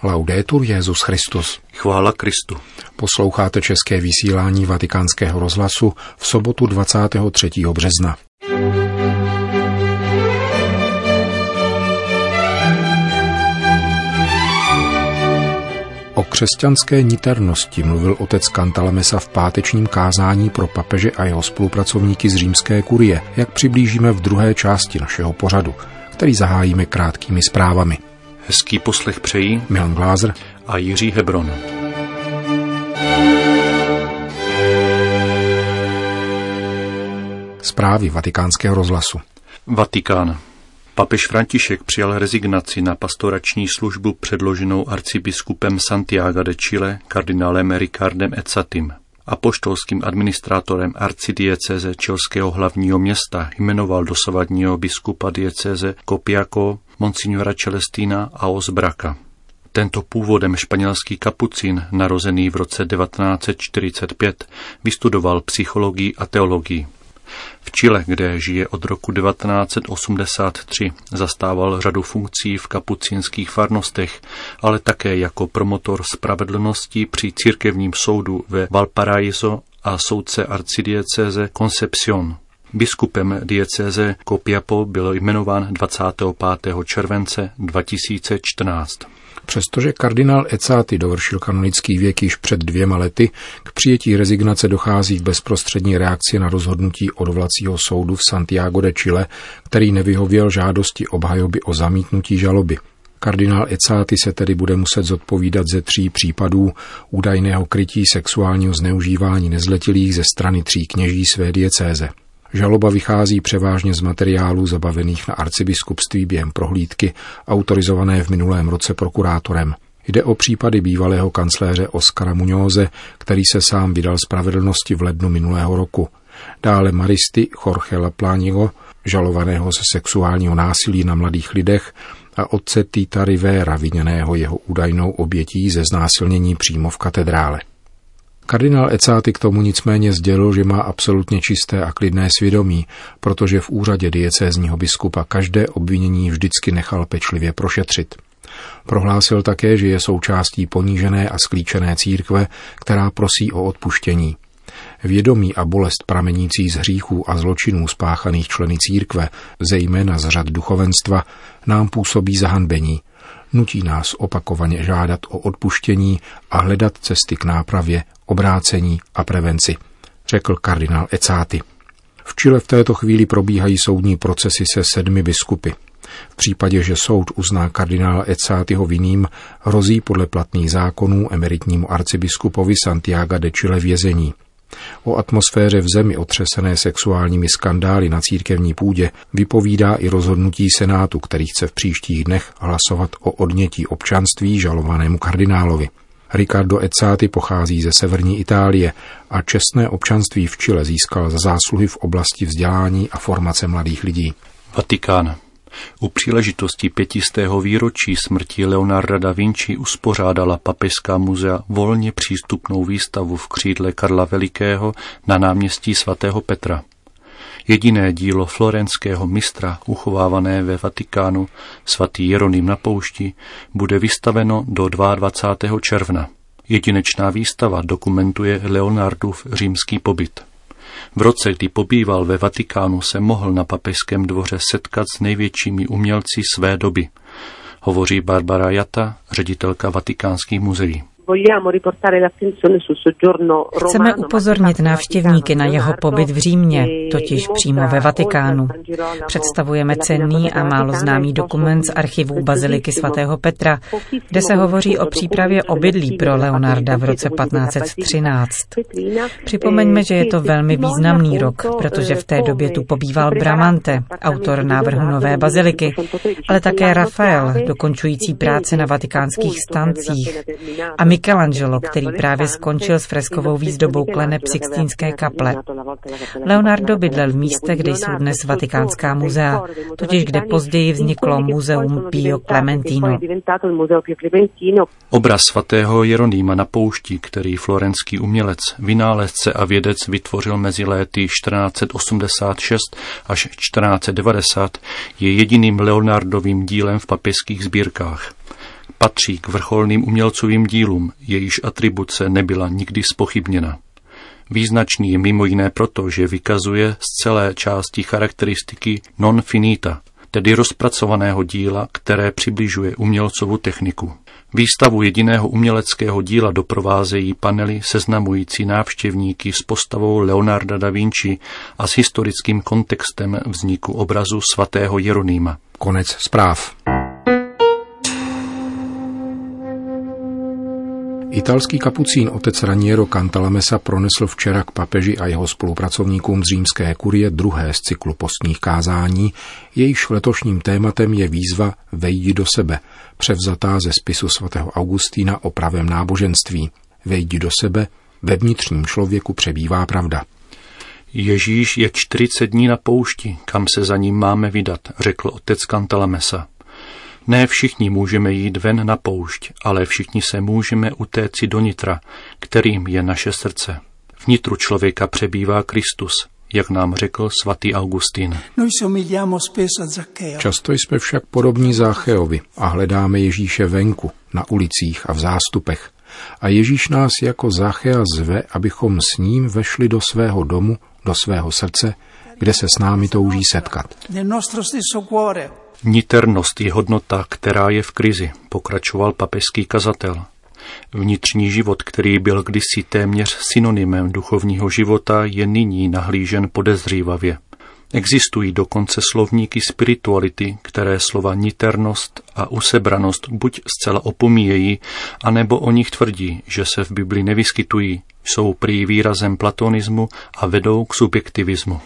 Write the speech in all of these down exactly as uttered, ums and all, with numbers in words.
Laudetur Jesus Christus. Chvála Kristu. Posloucháte české vysílání Vatikánského rozhlasu v sobotu dvacátého třetího března. O křesťanské niternosti mluvil otec Cantalamessa v pátečním kázání pro papeže a jeho spolupracovníky z římské kurie, jak přiblížíme v druhé části našeho pořadu, který zahájíme krátkými zprávami. Hezký poslech přejí Milan Glázer a Jiří Hebron. Zprávy Vatikánského rozhlasu. Vatikán. Papež František přijal rezignaci na pastorační službu předloženou arcibiskupem Santiaga de Chile kardinálem Ricardem Ezzatim. Apoštolským administrátorem arcidiecéze chilského hlavního města jmenoval dosavadního biskupa diecéze Copiapó monsignora Celestina Aos Braca. Tento původem španělský kapucín, narozený v roce devatenáct set čtyřicet pět, vystudoval psychologii a teologii. V Chile, kde žije od roku devatenáct set osmdesát tři, zastával řadu funkcí v kapucínských farnostech, ale také jako promotor spravedlnosti při církevním soudu ve Valparaíso a soudce arcidiecéze Concepción. Biskupem diecéze Copiapó byl jmenován dvacátého pátého července dva tisíce čtrnáct. Přestože kardinál Ezzati dovršil kanonický věk již před dvěma lety, k přijetí rezignace dochází v bezprostřední reakci na rozhodnutí odvolacího soudu v Santiago de Chile, který nevyhověl žádosti obhajoby o zamítnutí žaloby. Kardinál Ezzati se tedy bude muset zodpovídat ze tří případů údajného krytí sexuálního zneužívání nezletilých ze strany tří kněží své diecéze. Žaloba vychází převážně z materiálů zabavených na arcibiskupství během prohlídky, autorizované v minulém roce prokurátorem. Jde o případy bývalého kancléře Oscara Muñoze, který se sám vydal spravedlnosti v lednu minulého roku. Dále maristy Jorge Laplánigo, žalovaného ze sexuálního násilí na mladých lidech, a otce Tita Rivera, viněného jeho údajnou obětí ze znásilnění přímo v katedrále. Kardinál Ezzati k tomu nicméně sdělil, že má absolutně čisté a klidné svědomí, protože v úřadě diecézního biskupa každé obvinění vždycky nechal pečlivě prošetřit. Prohlásil také, že je součástí ponížené a sklíčené církve, která prosí o odpuštění. Vědomí a bolest pramenící z hříchů a zločinů spáchaných členy církve, zejména z řad duchovenstva, nám působí zahanbení. Nutí nás opakovaně žádat o odpuštění a hledat cesty k nápravě, obrácení a prevenci, řekl kardinál Ezzati. V Chile v této chvíli probíhají soudní procesy se sedmi biskupy. V případě, že soud uzná kardinála Ezzatiho vinným, hrozí podle platných zákonů emeritnímu arcibiskupovi Santiaga de Chile vězení. O atmosféře v zemi otřesené sexuálními skandály na církevní půdě vypovídá i rozhodnutí senátu, který chce v příštích dnech hlasovat o odnětí občanství žalovanému kardinálovi. Riccardo Ezzati pochází ze severní Itálie a čestné občanství v Chile získal za zásluhy v oblasti vzdělání a formace mladých lidí. Vatikán. U příležitosti pětistého výročí smrti Leonarda da Vinci uspořádala Papežská muzea volně přístupnou výstavu v křídle Karla Velikého na náměstí svatého Petra. Jediné dílo florenského mistra, uchovávané ve Vatikánu, svatý Jeroným na poušti, bude vystaveno do dvacátého druhého června. Jedinečná výstava dokumentuje Leonardův římský pobyt. V roce, kdy pobýval ve Vatikánu, se mohl na papežském dvoře setkat s největšími umělci své doby, hovoří Barbara Jatta, ředitelka vatikánských muzeí. Chceme upozornit návštěvníky na jeho pobyt v Římě, totiž přímo ve Vatikánu. Představujeme cenný a málo známý dokument z archivů baziliky svatého Petra, kde se hovoří o přípravě obydlí pro Leonarda v roce patnáct set třináct. Připomeňme, že je to velmi významný rok, protože v té době tu pobýval Bramante, autor návrhu nové baziliky, ale také Rafael, dokončující práce na vatikánských stancích, a Michelangelo, který právě skončil s freskovou výzdobou kleneb Sixtínské kaple. Leonardo bydlel v místě, kde jsou dnes vatikánská muzea, totiž kde později vzniklo muzeum Pio Clementino. Obraz svatého Jeronýma na poušti, který florenský umělec, vynálezce a vědec vytvořil mezi léty čtrnáct set osmdesát šest až čtrnáct set devadesát, je jediným Leonardovým dílem v papežských sbírkách. K Patří k vrcholným umělcovým dílům, jejíž atribuce nebyla nikdy zpochybněna. Význačný je mimo jiné proto, že vykazuje z celé části charakteristiky non finita, tedy rozpracovaného díla, které přibližuje umělcovu techniku. Výstavu jediného uměleckého díla doprovázejí panely seznamující návštěvníky s postavou Leonarda da Vinci a s historickým kontextem vzniku obrazu svatého Jeronýma. Konec zpráv. Italský kapucín otec Raniero Cantalamessa pronesl včera k papeži a jeho spolupracovníkům z římské kurie druhé z cyklu postních kázání, jejíž letošním tématem je výzva Vejdi do sebe, převzatá ze spisu svatého Augustína o pravém náboženství. Vejdi do sebe, ve vnitřním člověku přebývá pravda. Ježíš je čtyřicet dní na poušti, kam se za ním máme vydat, řekl otec Cantalamessa. Ne všichni můžeme jít ven na poušť, ale všichni se můžeme utéci do nitra, kterým je naše srdce. Vnitru člověka přebývá Kristus, jak nám řekl svatý Augustín. Často jsme však podobní Zácheovi a hledáme Ježíše venku, na ulicích a v zástupech. A Ježíš nás jako Záchea zve, abychom s ním vešli do svého domu, do svého srdce, kde se s námi touží setkat. Niternost je hodnota, která je v krizi, pokračoval papežský kazatel. Vnitřní život, který byl kdysi téměř synonymem duchovního života, je nyní nahlížen podezřívavě. Existují dokonce slovníky spirituality, které slova niternost a usebranost buď zcela opomíjejí, anebo o nich tvrdí, že se v Bibli nevyskytují, jsou prý výrazem platonismu a vedou k subjektivismu.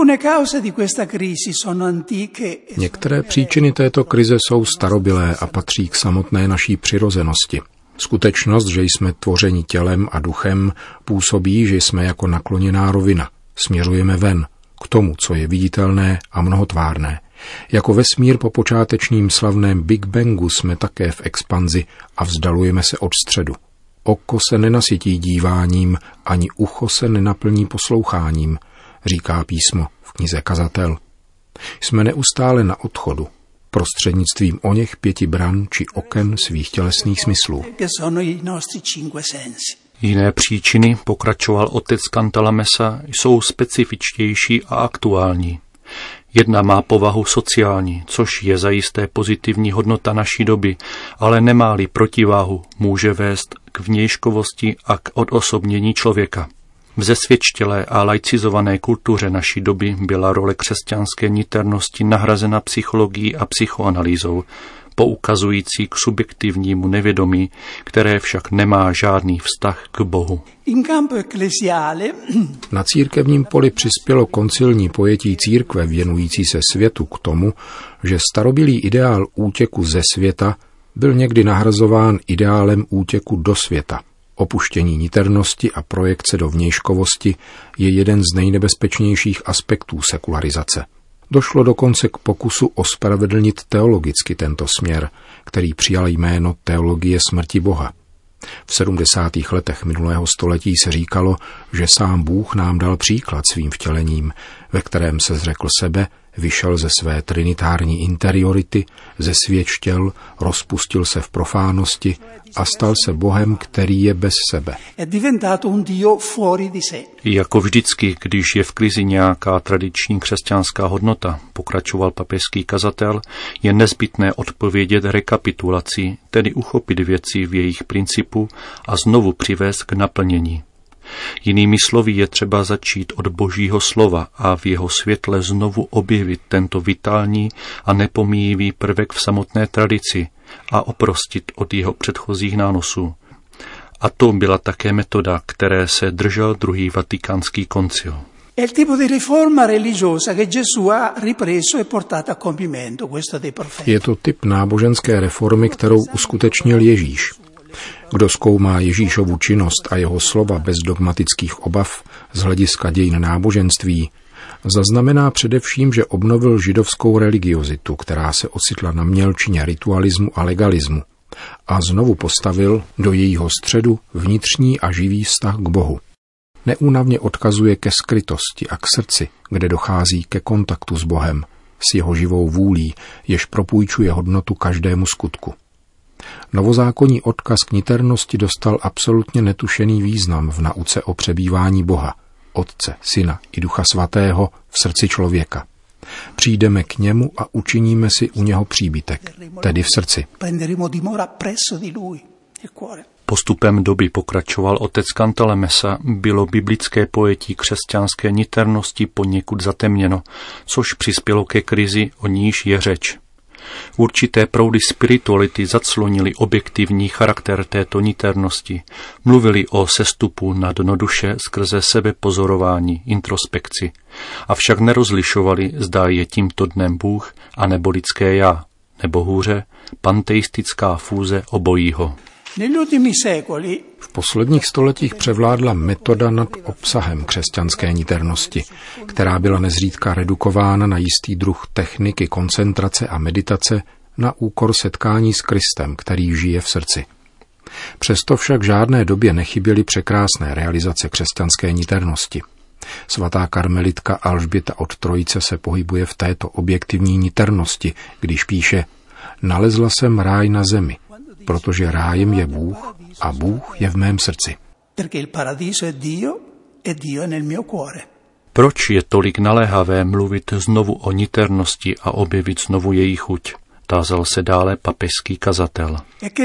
Některé příčiny této krize jsou starobylé a patří k samotné naší přirozenosti. Skutečnost, že jsme tvořeni tělem a duchem, působí, že jsme jako nakloněná rovina. Směřujeme ven, k tomu, co je viditelné a mnohotvárné. Jako vesmír po počátečním slavném Big Bangu jsme také v expanzi a vzdalujeme se od středu. Oko se nenasytí díváním, ani ucho se nenaplní posloucháním, říká písmo v knize Kazatel. Jsme neustále na odchodu, prostřednictvím oněch pěti bran či oken svých tělesných smyslů. Jiné příčiny, pokračoval otec Cantalamessa, jsou specifičtější a aktuální. Jedna má povahu sociální, což je zajisté pozitivní hodnota naší doby, ale nemá-li protiváhu, může vést k vnějškovosti a k odosobnění člověka. V zesvědčilé a laicizované kultuře naší doby byla role křesťanské niternosti nahrazena psychologií a psychoanalýzou, poukazující k subjektivnímu nevědomí, které však nemá žádný vztah k Bohu. Na církevním poli přispělo koncilní pojetí církve věnující se světu k tomu, že starobylý ideál útěku ze světa byl někdy nahrazován ideálem útěku do světa. Opuštění niternosti a projekce do vnějškovosti je jeden z nejnebezpečnějších aspektů sekularizace. Došlo dokonce k pokusu ospravedlnit teologicky tento směr, který přijal jméno teologie smrti Boha. V sedmdesátých letech minulého století se říkalo, že sám Bůh nám dal příklad svým vtělením, ve kterém se zřekl sebe, vyšel ze své trinitární interiority, zesvědčil, rozpustil se v profánosti a stal se Bohem, který je bez sebe. Jako vždycky, když je v krizi nějaká tradiční křesťanská hodnota, pokračoval papežský kazatel, je nezbytné odpovědět rekapitulací, tedy uchopit věci v jejich principu a znovu přivést k naplnění. Jinými slovy je třeba začít od Božího slova a v jeho světle znovu objevit tento vitální a nepomíjivý prvek v samotné tradici a oprostit od jeho předchozích nánosů. A to byla také metoda, které se držel druhý vatikánský koncil. Je to typ náboženské reformy, kterou uskutečnil Ježíš. Kdo zkoumá Ježíšovu činnost a jeho slova bez dogmatických obav z hlediska dějin náboženství, zaznamená především, že obnovil židovskou religiozitu, která se ocitla na mělčině ritualismu a legalismu, a znovu postavil do jejího středu vnitřní a živý vztah k Bohu. Neúnavně odkazuje ke skrytosti a k srdci, kde dochází ke kontaktu s Bohem, s jeho živou vůlí, jež propůjčuje hodnotu každému skutku. Novozákonní odkaz k niternosti dostal absolutně netušený význam v nauce o přebývání Boha, Otce, Syna i Ducha Svatého v srdci člověka. Přijdeme k němu a učiníme si u něho příbytek, tedy v srdci. Postupem doby, pokračoval otec Cantalamessa, bylo biblické pojetí křesťanské niternosti poněkud zatemněno, což přispělo ke krizi, o níž je řeč. Určité proudy spirituality zaclonily objektivní charakter této niternosti. Mluvili o sestupu na dno duše skrze sebepozorování, introspekci. Avšak nerozlišovali, zda je tímto dnem Bůh a nebo lidské já, nebo hůře, panteistická fúze obojího. V posledních stoletích převládla metoda nad obsahem křesťanské niternosti, která byla nezřídka redukována na jistý druh techniky koncentrace a meditace na úkor setkání s Kristem, který žije v srdci. Přesto však žádné době nechyběly překrásné realizace křesťanské niternosti. Svatá karmelitka Alžběta od Trojice se pohybuje v této objektivní niternosti, když píše: Nalezla jsem ráj na zemi, protože rájem je Bůh a Bůh je v mém srdci. Proč je tolik naléhavé mluvit znovu o niternosti a objevit znovu její chuť? Tázal se dále papežský kazatel.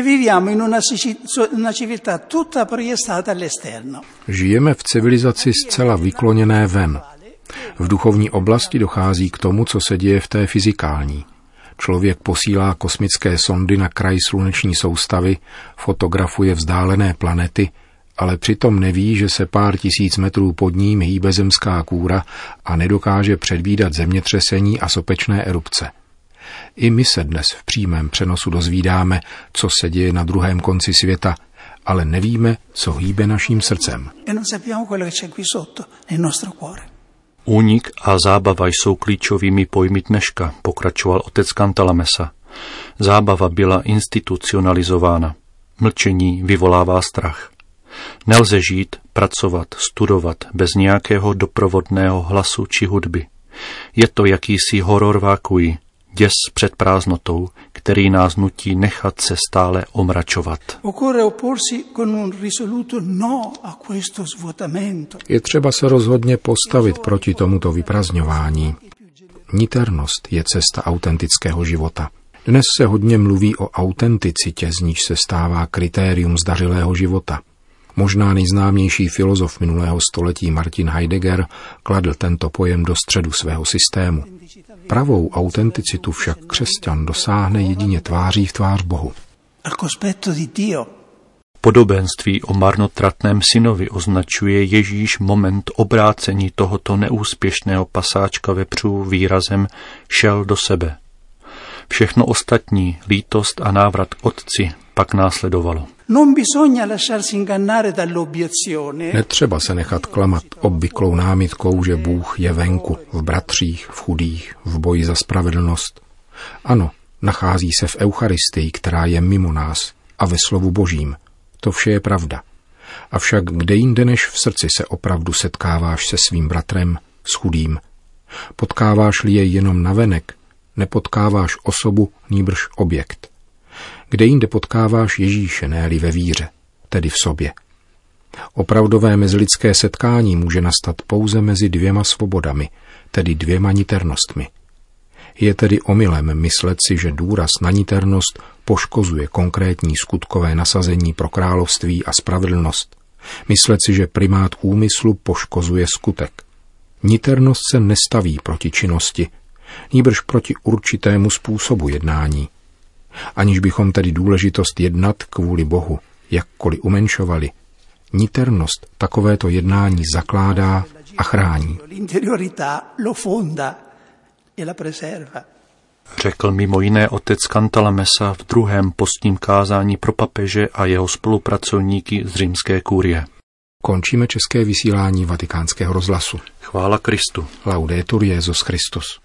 Žijeme v civilizaci zcela vykloněné ven. V duchovní oblasti dochází k tomu, co se děje v té fyzikální. Člověk posílá kosmické sondy na kraj sluneční soustavy, fotografuje vzdálené planety, ale přitom neví, že se pár tisíc metrů pod ním hýbe zemská kůra a nedokáže předvídat zemětřesení a sopečné erupce. I my se dnes v přímém přenosu dozvídáme, co se děje na druhém konci světa, ale nevíme, co hýbe naším srdcem. Únik a zábava jsou klíčovými pojmy dneška, pokračoval otec Cantalamessa. Zábava byla institucionalizována. Mlčení vyvolává strach. Nelze žít, pracovat, studovat bez nějakého doprovodného hlasu či hudby. Je to jakýsi horor vákuí, děs před prázdnotou, který nás nutí nechat se stále omračovat. Je třeba se rozhodně postavit proti tomuto vyprazňování. Niternost je cesta autentického života. Dnes se hodně mluví o autenticitě, z níž se stává kritérium zdařilého života. Možná nejznámější filozof minulého století Martin Heidegger kladl tento pojem do středu svého systému. Pravou autenticitu však křesťan dosáhne jedině tváří v tvář Bohu. Podobenství o marnotratném synovi označuje Ježíš moment obrácení tohoto neúspěšného pasáčka vepřů výrazem šel do sebe. Všechno ostatní, lítost a návrat k otci, pak následovalo. Netřeba se nechat klamat obvyklou námitkou, že Bůh je venku, v bratřích, v chudých, v boji za spravedlnost. Ano, nachází se v Eucharistii, která je mimo nás, a ve slovu Božím. To vše je pravda. Avšak kde jinde než v srdci se opravdu setkáváš se svým bratrem, s chudým? Potkáváš-li jej jenom navenek, nepotkáváš osobu, nýbrž objekt. Kde jinde potkáváš Ježíše, ne-li ve víře, tedy v sobě. Opravdové mezilidské setkání může nastat pouze mezi dvěma svobodami, tedy dvěma niternostmi. Je tedy omylem myslet si, že důraz na niternost poškozuje konkrétní skutkové nasazení pro království a spravedlnost. Myslet si, že primát úmyslu poškozuje skutek. Niternost se nestaví proti činnosti, nýbrž proti určitému způsobu jednání. Aniž bychom tedy důležitost jednat kvůli Bohu jakkoliv umenšovali, niternost takovéto jednání zakládá a chrání. Řekl mimo jiné otec Cantalamessa v druhém postním kázání pro papeže a jeho spolupracovníky z římské kurie. Končíme české vysílání Vatikánského rozhlasu. Chvála Kristu. Laudetur Jesus Christus.